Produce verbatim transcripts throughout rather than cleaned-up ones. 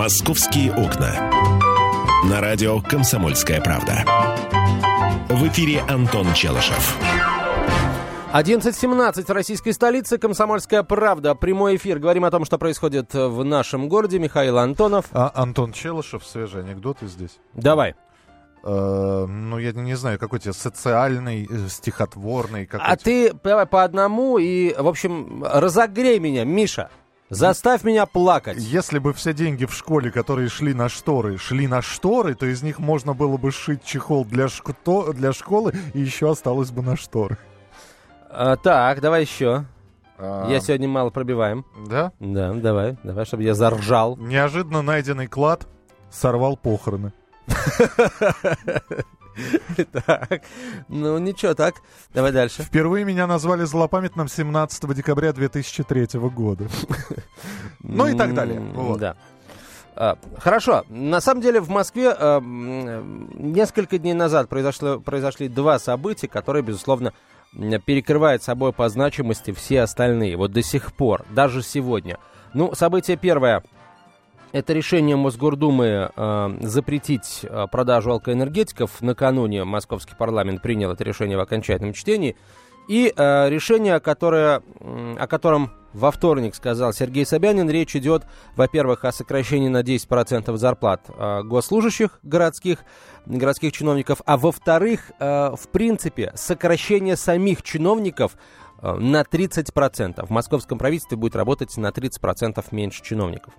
«Московские окна». На радио «Комсомольская правда». В эфире Антон Челышев. одиннадцать семнадцать в российской столице. «Комсомольская правда». Прямой эфир. Говорим о том, что происходит в нашем городе. Михаил Антонов. А, Антон Челышев. Свежие анекдоты здесь. Давай. Э, ну, я не знаю, какой тебе социальный, э, стихотворный. Какой А тебе... ты давай по одному и, в общем, разогрей меня, Миша. Заставь меня плакать. Если бы все деньги в школе, которые шли на шторы, шли на шторы, то из них можно было бы сшить чехол для, шко- для школы, и еще осталось бы на шторы. А, так, давай еще. А... Я сегодня мало пробиваем. Да? Да, давай, давай, чтобы я заржал. Неожиданно найденный клад сорвал похороны. Так, ну ничего, так, давай дальше. Впервые меня назвали злопамятным семнадцатого декабря две тысячи третьего года. Ну и так далее. Да. Хорошо. На самом деле в Москве э, несколько дней назад произошло, произошли два события, которые, безусловно, перекрывают собой по значимости все остальные. Вот до сих пор, даже сегодня. Ну, событие первое. Это решение Мосгордумы э, запретить э, продажу алкоэнергетиков. Накануне московский парламент принял это решение в окончательном чтении. И э, решение, которое, э, о котором во вторник сказал Сергей Собянин, речь идет, во-первых, о сокращении на десять процентов зарплат э, госслужащих городских, городских чиновников, а во-вторых, э, в принципе, сокращение самих чиновников э, на тридцать процентов. В московском правительстве будет работать на тридцать процентов меньше чиновников.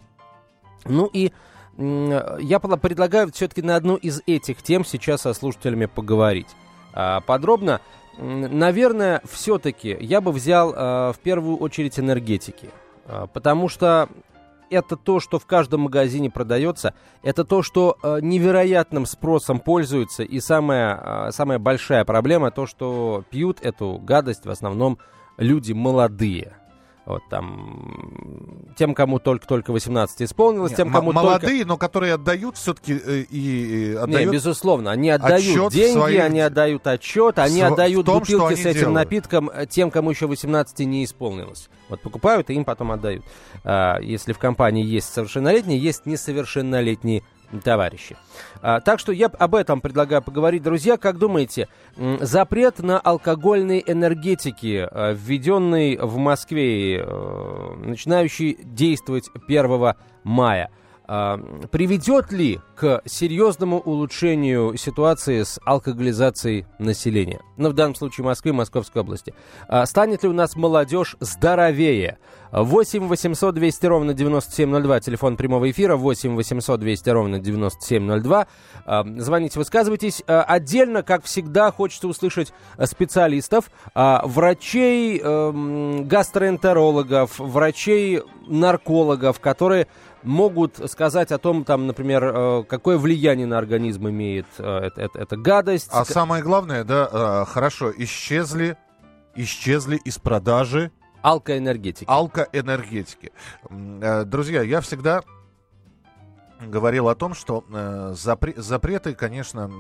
Ну и э, я предлагаю все-таки на одну из этих тем сейчас со слушателями поговорить. Э, подробно, э, наверное, все-таки я бы взял э, в первую очередь энергетики. Э, потому что это то, что в каждом магазине продается, это то, что э, невероятным спросом пользуется. И самая, э, самая большая проблема, то, что пьют эту гадость в основном люди молодые. Вот там, тем, кому только-только восемнадцать исполнилось, Нет, тем, кому м- молодые, только... но которые отдают все-таки э, и, и отдают... Не, безусловно, они отдают деньги, своих... они отдают отчет, они Св... отдают том, бутылки с этим делают. напитком тем, кому еще восемнадцать не исполнилось. Вот покупают и им потом отдают. А, если в компании есть совершеннолетние, есть несовершеннолетние товарищи. А, так что я об этом предлагаю поговорить. Друзья, как думаете, м, запрет на алкогольные энергетики, а, введенный в Москве, а, начинающий действовать первого мая, а, приведет ли к серьезному улучшению ситуации с алкоголизацией населения? Ну, в данном случае Москвы и Московской области. А, станет ли у нас молодежь здоровее? восемь восемьсот двести ровно девяносто семь ноль два, телефон прямого эфира, восемь восемьсот двести ровно девяносто семь ноль два. Звоните, высказывайтесь. Отдельно, как всегда, хочется услышать специалистов, врачей, гастроэнтерологов, врачей-наркологов, которые могут сказать о том, там, например, какое влияние на организм имеет эта, эта, эта гадость. А самое главное, да, хорошо, исчезли, исчезли из продажи алкоэнергетики. Алкоэнергетики. Друзья, я всегда говорил о том, что запре- запреты, конечно,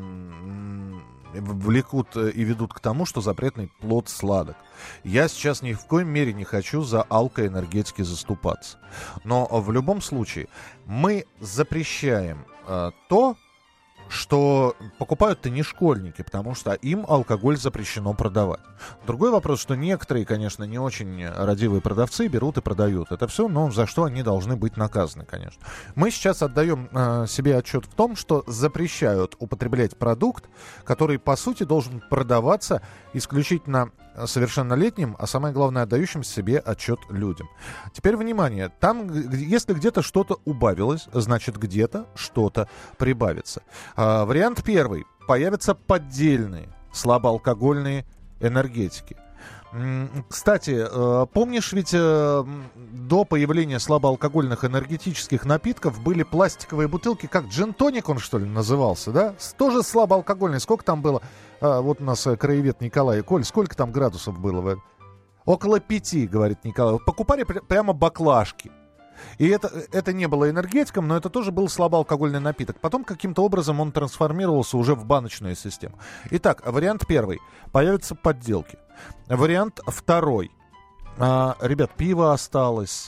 влекут и ведут к тому, что запретный плод сладок. Я сейчас ни в коем мере не хочу за алкоэнергетики заступаться. Но в любом случае мы запрещаем э, то, что покупают-то не школьники, потому что им алкоголь запрещено продавать. Другой вопрос, что некоторые, конечно, не очень радивые продавцы берут и продают. Это все, но за что они должны быть наказаны, конечно. Мы сейчас отдаем э, себе отчет в том, что запрещают употреблять продукт, который, по сути, должен продаваться исключительно совершеннолетним, а самое главное, отдающим себе отчет людям. Теперь, внимание, там, если где-то что-то убавилось, значит, где-то что-то прибавится. А, вариант первый. Появятся поддельные слабоалкогольные энергетики. Кстати, помнишь, ведь до появления слабоалкогольных энергетических напитков были пластиковые бутылки, как джин-тоник он, что ли, назывался, да? Тоже слабоалкогольный. Сколько там было? Вот у нас краевед Николай. Коль, сколько там градусов было? Около пяти, говорит Николай. Покупали прямо баклажки. И это, это не было энергетиком, но это тоже был слабоалкогольный напиток. Потом каким-то образом он трансформировался уже в баночную систему. Итак, вариант первый. Появятся подделки. Вариант второй. А, ребят, пиво осталось.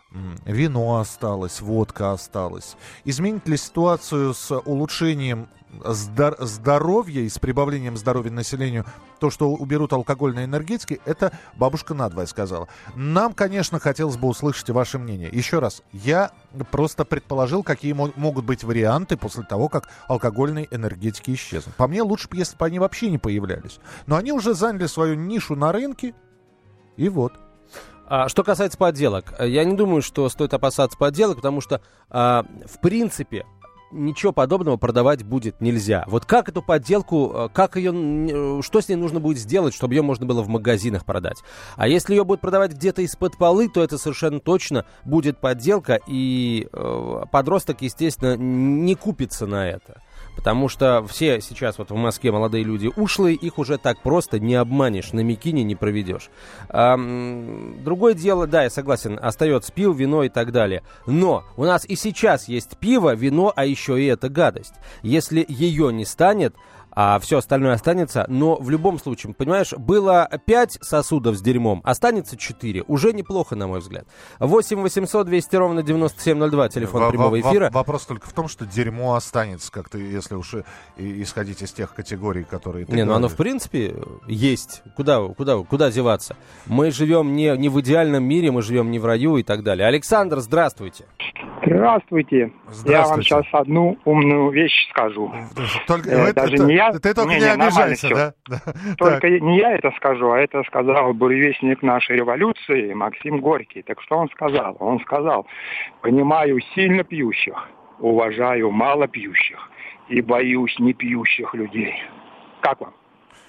вино осталось, водка осталась. Изменит ли ситуацию с улучшением здор- здоровья и с прибавлением здоровья населению то, что уберут алкогольные энергетики? Это бабушка надвое сказала. Нам, конечно, хотелось бы услышать ваше мнение. Еще раз, я просто предположил, какие мо- могут быть варианты после того, как алкогольные энергетики исчезнут. По мне, лучше бы, если бы они вообще не появлялись. Но они уже заняли свою нишу на рынке, и вот. А, что касается подделок, я не думаю, что стоит опасаться подделок, потому что, а, в принципе, ничего подобного продавать будет нельзя. Вот как эту подделку, как ее, что с ней нужно будет сделать, чтобы ее можно было в магазинах продать. А если ее будут продавать где-то из-под полы, то это совершенно точно будет подделка, и э, подросток, естественно, не купится на это. Потому что все сейчас вот в Москве молодые люди ушлые, их уже так просто не обманешь, на микине не проведешь. А, другое дело, да, я согласен, остается пиво, вино и так далее. Но у нас и сейчас есть пиво, вино, а еще и эта гадость. Если ее не станет, а все остальное останется, но в любом случае, понимаешь, было пять сосудов с дерьмом, останется четыре. Уже неплохо, на мой взгляд. восемь восемьсот двести ровно девяносто семь ноль два, телефон в- прямого эфира. В- вопрос только в том, что дерьмо останется, как-то, если уж и- исходить из тех категорий, которые ты Не, ну оно говоришь. в принципе есть. Куда, куда, куда деваться? Мы живем не, не в идеальном мире, мы живем не в раю и так далее. Александр, здравствуйте. Здравствуйте. Здравствуйте. Я вам сейчас одну умную вещь скажу. Только, Э, вы- даже ты, не я. ты только Не, не, не, нормально обижайся, всё. да? Да. Только Так. не я это скажу, а это сказал буревестник нашей революции Максим Горький. Так что он сказал? Он сказал: «Понимаю сильно пьющих, уважаю мало пьющих и боюсь непьющих людей». Как вам?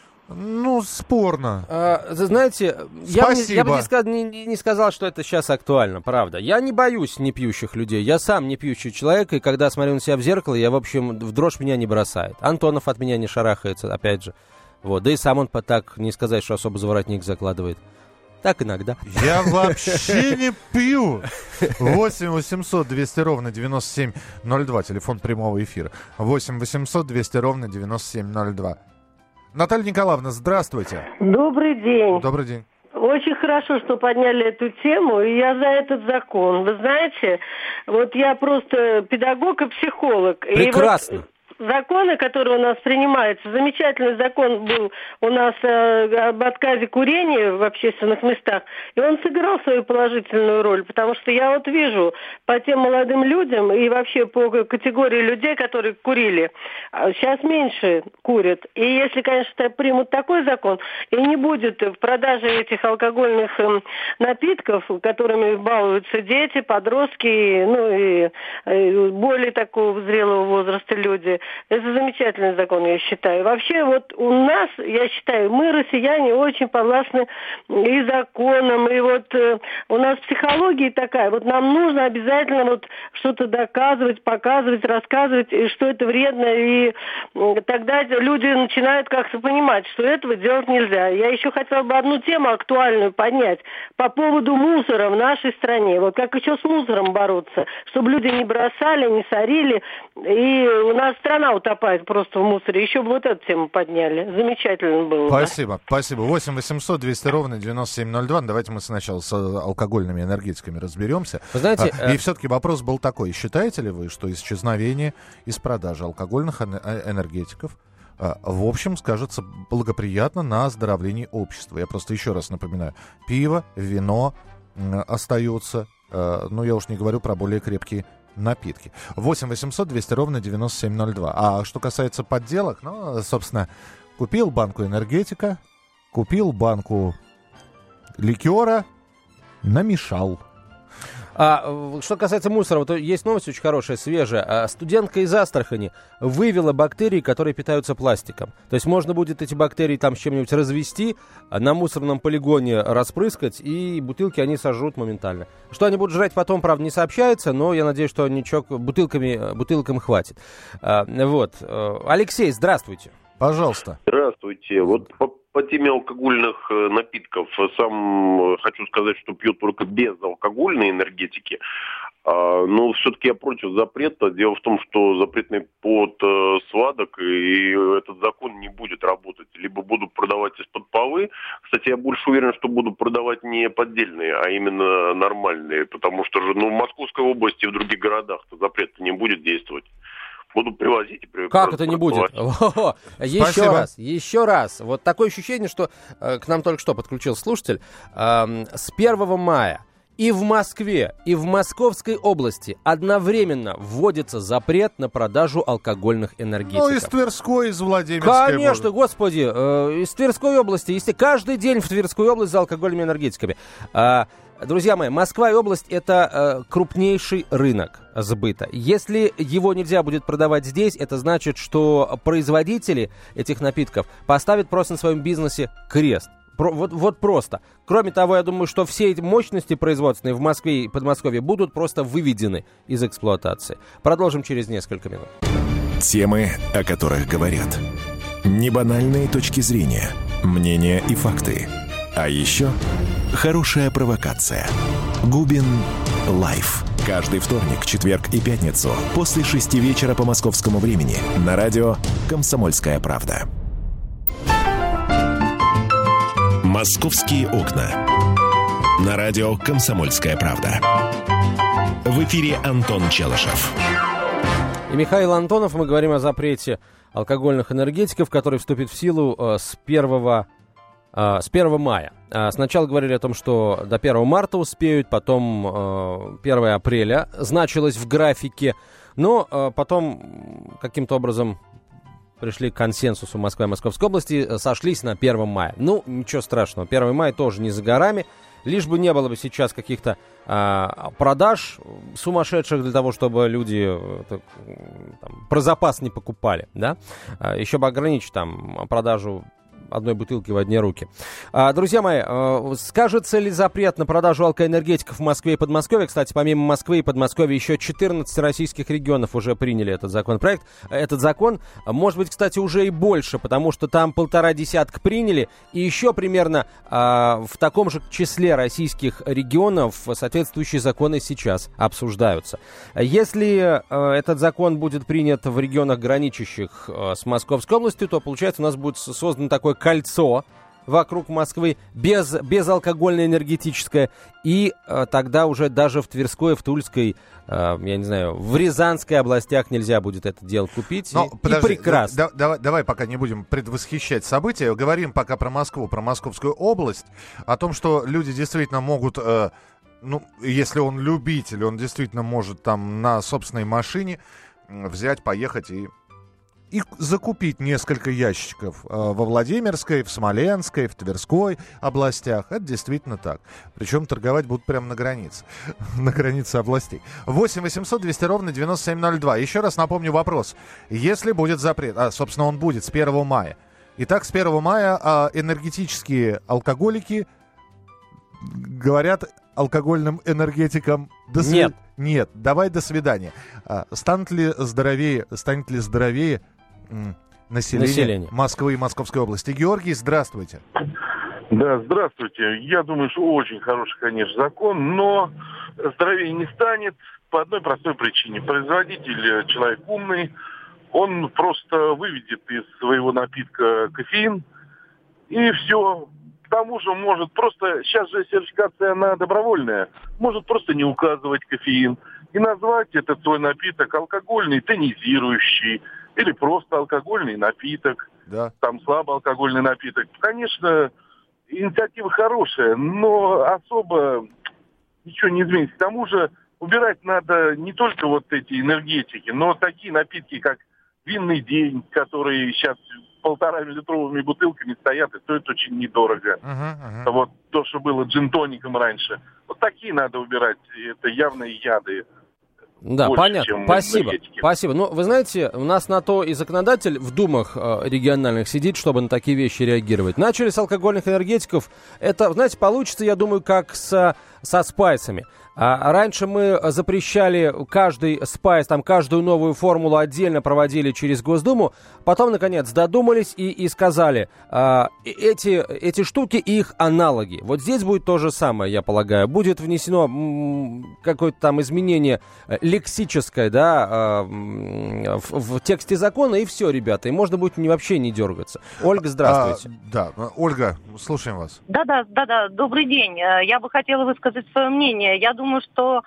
Ну, спорно. А, вы знаете, я бы, не, я бы Спасибо. не, ска- не- не- не сказал, что это сейчас актуально, правда. Я не боюсь непьющих людей. Я сам не пьющий человек, и когда смотрю на себя в зеркало, я, в общем, в дрожь меня не бросает. Антонов от меня не шарахается, опять же. Вот. Да и сам он по так, не сказать, что особо за воротник закладывает. Так иногда. Я вообще не пью. восемь восемьсот двести ровно девяносто семь ноль два, телефон прямого эфира. восемь восемьсот двести ровно девяносто семь ноль два. Наталья Николаевна, здравствуйте. Добрый день. Добрый день. Очень хорошо, что подняли эту тему, и я за этот закон. Вы знаете, вот я просто педагог и психолог. Прекрасно. И вот законы, которые у нас принимаются, замечательный закон был у нас э, об отказе курения в общественных местах, и он сыграл свою положительную роль, потому что я вот вижу по тем молодым людям и вообще по категории людей, которые курили, сейчас меньше курят. И если, конечно, примут такой закон, и не будет в продаже этих алкогольных э, напитков, которыми балуются дети, подростки, ну и э, более такого зрелого возраста люди, это замечательный закон, я считаю. Вообще, вот у нас, я считаю, мы, россияне, очень подвластны и законам, и вот э, у нас психология такая, вот нам нужно обязательно вот что-то доказывать, показывать, рассказывать, и что это вредно, и э, тогда люди начинают как-то понимать, что этого делать нельзя. Я еще хотела бы одну тему актуальную поднять по поводу мусора в нашей стране. Вот как еще с мусором бороться, чтобы люди не бросали, не сорили, и у нас страна утопает просто в мусоре. Еще бы вот эту тему подняли. Замечательно было. Спасибо, да? Спасибо. восемь восемьсот двести ровно девяносто семь ноль два. Давайте мы сначала с алкогольными энергетиками разберемся. Вы знаете, а, э... И все-таки вопрос был такой. Считаете ли вы, что исчезновение из продажи алкогольных энергетиков в общем скажется благоприятно на оздоровлении общества? Я просто еще раз напоминаю. Пиво, вино остаются. Ну, я уж не говорю про более крепкие напитки. восемь восемьсот двести ровно девяносто семь ноль два. А что касается подделок, ну, собственно, купил банку энергетика, купил банку ликера, намешал. А, что касается мусора, вот есть новость очень хорошая, свежая. А, студентка из Астрахани вывела бактерии, которые питаются пластиком. То есть можно будет эти бактерии там с чем-нибудь развести, на мусорном полигоне распрыскать, и бутылки они сожрут моментально. Что они будут жрать потом, правда, не сообщается, но я надеюсь, что ничего, бутылками, бутылкам хватит. А, вот. Алексей, здравствуйте. Пожалуйста. Здравствуйте. Вот по, по теме алкогольных э, напитков сам э, хочу сказать, что пьют только безалкогольные энергетики. А, но все-таки я против запрета. Дело в том, что запретный плод э, сладок, и этот закон не будет работать. Либо будут продавать из-под полы. Кстати, я больше уверен, что будут продавать не поддельные, а именно нормальные. Потому что же, ну, в Московской области и в других городах-то запрет не будет действовать. Будут привозить и привозить. Как это не будет? Еще Спасибо. раз, еще раз. Вот такое ощущение, что э, к нам только что подключился слушатель. Э, с первого мая и в Москве, и в Московской области одновременно вводится запрет на продажу алкогольных энергетиков. Ну, из Тверской, из Владимирской. Конечно, может. господи, э, из Тверской области, если каждый день в Тверскую область за алкогольными энергетиками. Э, друзья мои, Москва и область — это э, крупнейший рынок сбыта. Если его нельзя будет продавать здесь, это значит, что производители этих напитков поставят просто на своем бизнесе крест. Про, вот, вот просто. Кроме того, я думаю, что все эти мощности производственные в Москве и Подмосковье будут просто выведены из эксплуатации. Продолжим через несколько минут. Темы, о которых говорят. Небанальные точки зрения, мнения и факты. А еще хорошая провокация. Губин Лайф. Каждый вторник, четверг и пятницу после шести вечера по московскому времени на радио «Комсомольская правда». «Московские окна». На радио «Комсомольская правда». В эфире Антон Челышев. И Михаил Антонов. Мы говорим о запрете алкогольных энергетиков, который вступит в силу э, с первого мая. Сначала говорили о том, что до первого марта успеют, потом первого апреля значилось в графике, но потом каким-то образом пришли к консенсусу Москвы и Московской области, сошлись на первом мая. Ну, ничего страшного, первого мая тоже не за горами, лишь бы не было бы сейчас каких-то а, продаж сумасшедших для того, чтобы люди это, там, про запас не покупали, да, а, еще бы ограничить там продажу одной бутылки в одни руки. А, друзья мои, а, скажется ли запрет на продажу алкоэнергетиков в Москве и Подмосковье? Кстати, помимо Москвы и Подмосковья, еще четырнадцать российских регионов уже приняли этот законопроект. Этот закон, может быть, кстати, уже и больше, потому что там полтора десятка приняли, и еще примерно а, в таком же числе российских регионов соответствующие законы сейчас обсуждаются. Если а, этот закон будет принят в регионах, граничащих а, с Московской областью, то, получается, у нас будет создан такой кольцо вокруг Москвы, без, безалкогольное энергетическое, и э, тогда уже даже в Тверской, в Тульской, э, я не знаю, в Рязанской областях нельзя будет это дело купить. Но, и, подожди, и прекрасно. Да, давай, давай пока не будем предвосхищать события, говорим пока про Москву, про Московскую область, о том, что люди действительно могут... Э, ну, если он любитель, он действительно может там на собственной машине взять, поехать и... и закупить несколько ящиков э, во Владимирской, в Смоленской, в Тверской областях. Это действительно так. Причем торговать будут прямо на границе. на границе областей. восемь восемьсот двести ровно девяносто семь ноль два. Еще раз напомню вопрос. Если будет запрет, а, собственно, он будет с первого мая. Итак, с первого мая э, энергетические алкоголики говорят алкогольным энергетикам... До сви... Нет. Нет, давай до свидания. А, станет ли здоровее, станет ли здоровее Население, Население Москвы и Московской области. Георгий, здравствуйте. Да, здравствуйте. Я думаю, что очень хороший, конечно, закон, но здоровее не станет по одной простой причине. Производитель человек умный, он просто выведет из своего напитка кофеин, и все. К тому же может просто, сейчас же сертификация она добровольная, может просто не указывать кофеин и назвать этот свой напиток алкогольный, тонизирующий, или просто алкогольный напиток, да. Там слабоалкогольный напиток. Конечно, инициатива хорошая, но особо ничего не изменится. К тому же убирать надо не только вот эти энергетики, но такие напитки, как винный день, которые сейчас полтора-литровыми бутылками стоят и стоят очень недорого. Uh-huh, uh-huh. Вот то, что было джин-тоником раньше. Вот такие надо убирать. Это явные яды. Да, больше, понятно. Спасибо. Спасибо. Ну, вы знаете, у нас на то и законодатель в думах э, региональных сидит, чтобы на такие вещи реагировать. Начали с алкогольных энергетиков. Это, знаете, получится, я думаю, как с, со спайсами. А раньше мы запрещали каждый спайс, там каждую новую формулу отдельно проводили через Госдуму, потом, наконец, додумались и, и сказали, а, эти, эти штуки и их аналоги. Вот здесь будет то же самое, я полагаю. Будет внесено м, какое-то там изменение лексическое, да, а, в, в тексте закона, и все, ребята, и можно будет не, вообще не дергаться. Ольга, здравствуйте. А, да, Ольга, слушаем вас. Да-да, да-да, добрый день. Я бы хотела высказать свое мнение. Я думаю, что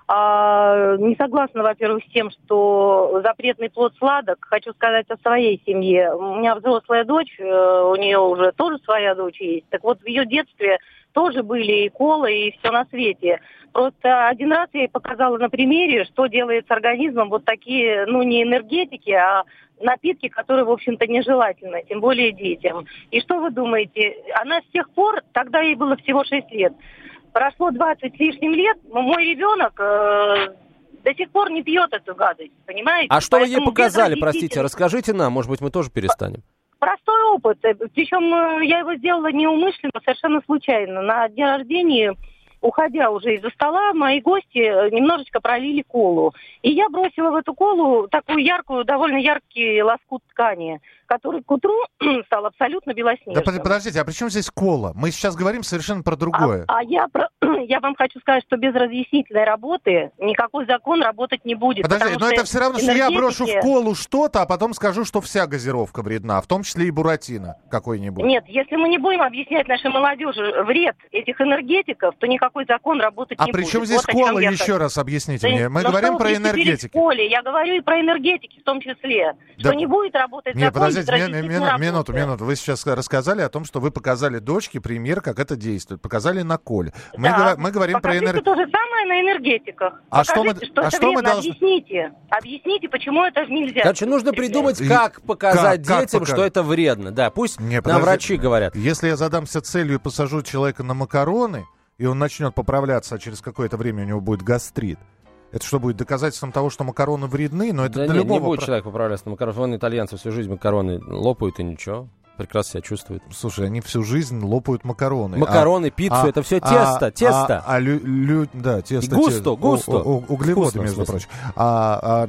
э, не согласна, во-первых, с тем, что запретный плод сладок. Хочу сказать о своей семье. У меня взрослая дочь, э, у нее уже тоже своя дочь есть. Так вот, в ее детстве тоже были и колы, и все на свете. Просто один раз я ей показала на примере, что делает с организмом вот такие, ну, не энергетики, а напитки, которые, в общем-то, нежелательны, тем более детям. И что вы думаете? Она с тех пор, тогда ей было всего шесть лет, прошло двадцать с лишним лет, мой ребенок э, до сих пор не пьет эту гадость, понимаете? А что Поэтому вы ей показали, детям простите, действительно... расскажите нам, может быть, мы тоже перестанем. Простой опыт, причем я его сделала неумышленно, совершенно случайно. На дне рождения, уходя уже из-за стола, мои гости немножечко пролили колу. И я бросила в эту колу такую яркую, довольно яркий лоскут ткани, который к утру стал абсолютно белоснежным. Да подождите, а при чем здесь кола? Мы сейчас говорим совершенно про другое. А, а я, про... я вам хочу сказать, что без разъяснительной работы никакой закон работать не будет. Подождите, но это все равно, что энергетики... я брошу в колу что-то, а потом скажу, что вся газировка вредна, в том числе и буратино какой-нибудь. Нет, если мы не будем объяснять нашей молодежи вред этих энергетиков, то никакой закон работать а не при будет. чем здесь Вот кола, я еще хочу. раз объясните Да, мне. Мы говорим про энергетики. В коле. Я говорю и про энергетики в том числе. Да. Что не будет работать Нет, закон без подождите, ми- разъяснительной ми- работы. минуту, минуту. Вы сейчас рассказали о том, что вы показали дочке пример, как это действует. Показали на коле. Мы, Да. говор- мы говорим Покажите про энергетики. то же самое на энергетиках. А что мы- Покажите, что а это что мы вредно. должны- Объясните. Объясните, почему это нельзя. Короче, нужно придумать, И- как показать как- как детям, пока- что это вредно. Да, пусть Не, нам подожди. врачи говорят. Если я задамся целью и посажу человека на макароны, и он начнет поправляться, а через какое-то время у него будет гастрит, это что, будет доказательством того, что макароны вредны? Но это Да для нет, не любого... будет про- человек поправляться на макароны. Вон итальянцы всю жизнь макароны лопают и ничего. Прекрасно себя чувствуют. Слушай, они всю жизнь лопают макароны. Макароны, А- пиццу, а- это все а- тесто, тесто. А, а лю- лю- да, тесто. И густо, те- густо. у- у- углеводы, Вкусно, в между смысле. прочим. А, а,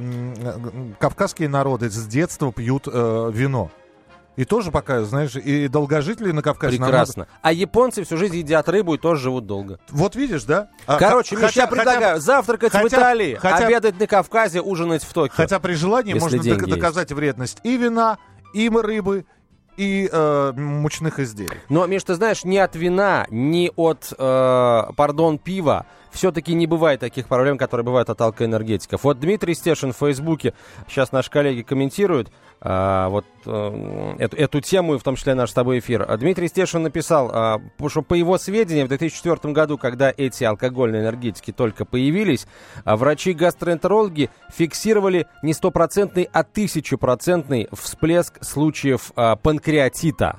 м, кавказские народы с детства пьют э, вино. И тоже пока, знаешь, и долгожители на Кавказе... нам надо- Прекрасно. А японцы всю жизнь едят рыбу и тоже живут долго. Вот видишь, да? А, Короче, х- Миш, я предлагаю завтракать в хотя- Италии, хотя- обедать на Кавказе, ужинать в Токио. Хотя при желании Если можно деньги док- есть. доказать вредность и вина, и рыбы, и э, мучных изделий. Но, Миш, ты знаешь, ни от вина, ни от, э, пардон, пива все-таки не бывает таких проблем, которые бывают от алкоэнергетиков. Вот Дмитрий Стешин в Фейсбуке, сейчас наши коллеги комментируют э, вот э, эту, эту тему, и в том числе наш с тобой эфир. А Дмитрий Стешин написал, э, что по его сведениям, в две тысячи четвёртом году, когда эти алкогольные энергетики только появились, э, врачи-гастроэнтерологи фиксировали не стопроцентный, а тысячепроцентный всплеск случаев э, панкреатита.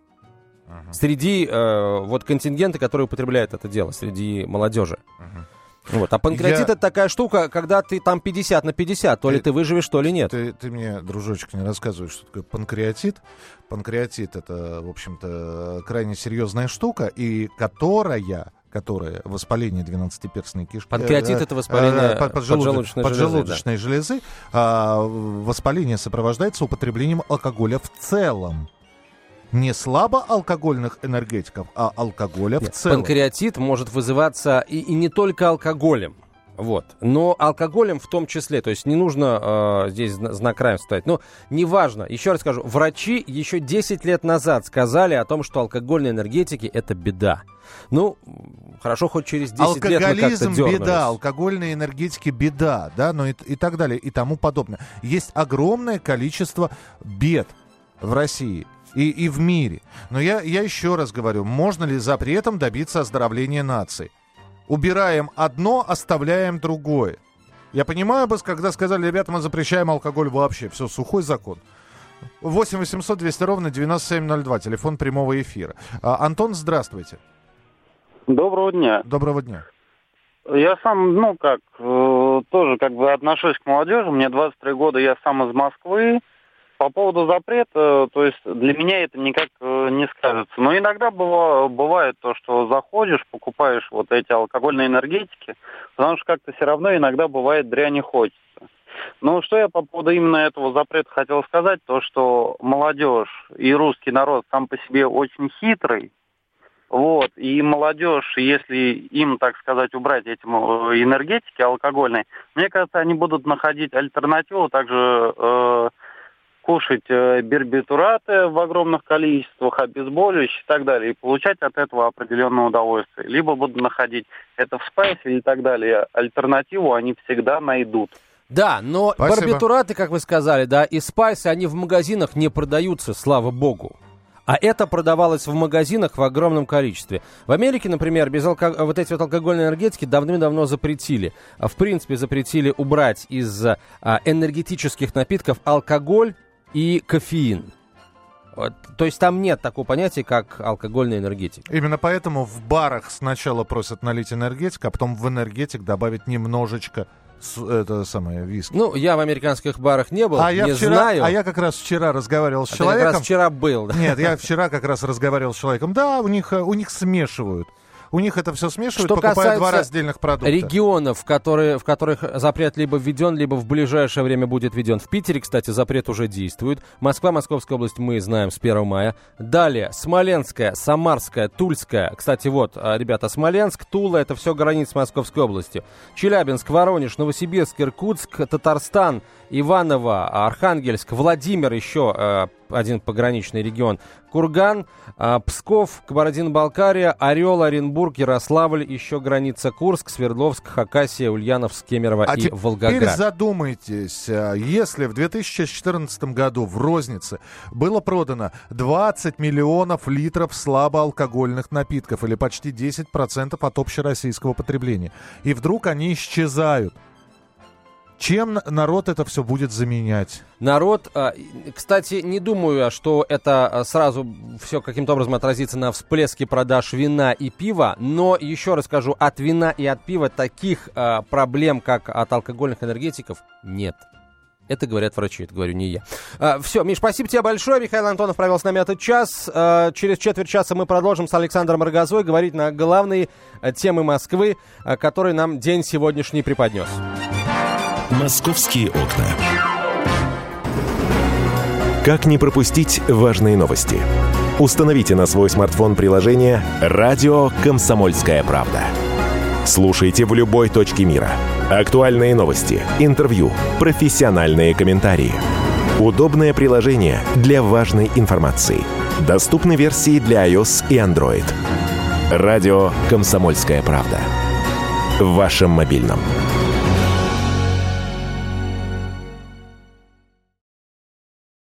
Среди э, вот контингента, которые употребляют это дело, среди молодежи. Uh-huh. Вот. А панкреатит Я- это такая штука, когда ты там пятьдесят на пятьдесят, то ли Ты- ты выживешь, то ли нет. Ты, ты мне, дружочек, не рассказываешь, что такое панкреатит. Панкреатит — это, в общем-то, крайне серьезная штука, и которая... которая воспаление двенадцатиперстной кишки. Панкреатит э, это воспаление э, под- поджелудочной, поджелудочной поджелудочной железы. А, воспаление сопровождается употреблением алкоголя в целом. Не слабоалкогольных энергетиков, а алкоголя Нет, в целом. Панкреатит может вызываться и, и не только алкоголем. Вот. Но алкоголем в том числе. То есть не нужно э, здесь зна- знак равенства ставить. Но неважно. Еще раз скажу. Врачи еще десять лет назад сказали о том, что алкогольные энергетики — это беда. Ну, хорошо, хоть через десять лет мы как-то Алкоголизм дернулись. беда, алкогольные энергетики беда, да, но и, и так далее, и тому подобное. Есть огромное количество бед в России и, и в мире. Но я, я еще раз говорю, можно ли запретом добиться оздоровления нации? Убираем одно, оставляем другое. Я понимаю, бы, когда сказали, ребята, мы запрещаем алкоголь вообще. Все, сухой закон. восемь восемьсот двести ровно девяносто семь ноль два, телефон прямого эфира. А, Антон, здравствуйте. Доброго дня. Доброго дня. Я сам, ну как, э, тоже как бы отношусь к молодежи. Мне двадцать три года, я сам из Москвы. по поводу запрета, то есть для меня это никак не скажется. Но иногда быва, бывает то, что заходишь, покупаешь вот эти алкогольные энергетики, потому что как-то все равно иногда бывает дряни хочется. Но что я по поводу именно этого запрета хотел сказать, то что молодежь и русский народ сам по себе очень хитрый. Вот, и молодежь, если им, так сказать, убрать эти энергетики алкогольные, мне кажется, они будут находить альтернативу, также э, кушать э, барбитураты в огромных количествах, обезболивающие и так далее, и получать от этого определенное удовольствие. Либо будут находить это в спайсе и так далее. Альтернативу они всегда найдут. Да, но Спасибо. Барбитураты, как вы сказали, да, и спайсы, они в магазинах не продаются, слава богу. А это продавалось в магазинах в огромном количестве. В Америке, например, без алко... вот эти вот алкогольные энергетики давным-давно запретили. В принципе, запретили убрать из а, энергетических напитков алкоголь и кофеин. Вот. То есть там нет такого понятия, как алкогольный энергетик. Именно поэтому в барах сначала просят налить энергетик, а потом в энергетик добавить немножечко это самое виски. Ну, я в американских барах не был, а не я вчера, знаю. А я как раз вчера разговаривал с а человеком. Ты как раз вчера был. Нет, я вчера как раз разговаривал с человеком. Да, у них, у них смешивают. У них это все смешивают, Что покупают два раздельных продукта. Регионов, которые, в которых запрет либо введен, либо в ближайшее время будет введен. В Питере, кстати, запрет уже действует. Москва, Московская область, мы знаем, с первого мая. Далее, Смоленская, Самарская, Тульская. Кстати, вот, ребята, Смоленск, Тула, это все границы с Московской областью. Челябинск, Воронеж, Новосибирск, Иркутск, Татарстан, Иваново, Архангельск, Владимир, еще один пограничный регион, Курган, Псков, Кабардино-Балкария, Орел, Оренбург, Ярославль, еще граница Курск, Свердловск, Хакасия, Ульяновск, Кемерово а и Волгоград. Теперь задумайтесь, если в две тысячи четырнадцатом году в рознице было продано двадцать миллионов литров слабоалкогольных напитков, или почти десять процентов от общероссийского потребления, и вдруг они исчезают, чем народ это все будет заменять? Народ, кстати, не думаю, что это сразу все каким-то образом отразится на всплеске продаж вина и пива, но еще раз скажу, от вина и от пива таких проблем, как от алкогольных энергетиков, нет. Это говорят врачи, это говорю не я. А, все, Миш, спасибо тебе большое. Михаил Антонов провел с нами этот час. А, через четверть часа мы продолжим с Александром Рогозой говорить на главные а, темы Москвы, а, которые нам день сегодняшний преподнес. «Московские окна». Как не пропустить важные новости? Установите на свой смартфон приложение «Радио Комсомольская правда». Слушайте в любой точке мира. Актуальные новости, интервью, профессиональные комментарии. Удобное приложение для важной информации. Доступны версии для iOS и Android. «Радио Комсомольская правда». В вашем мобильном.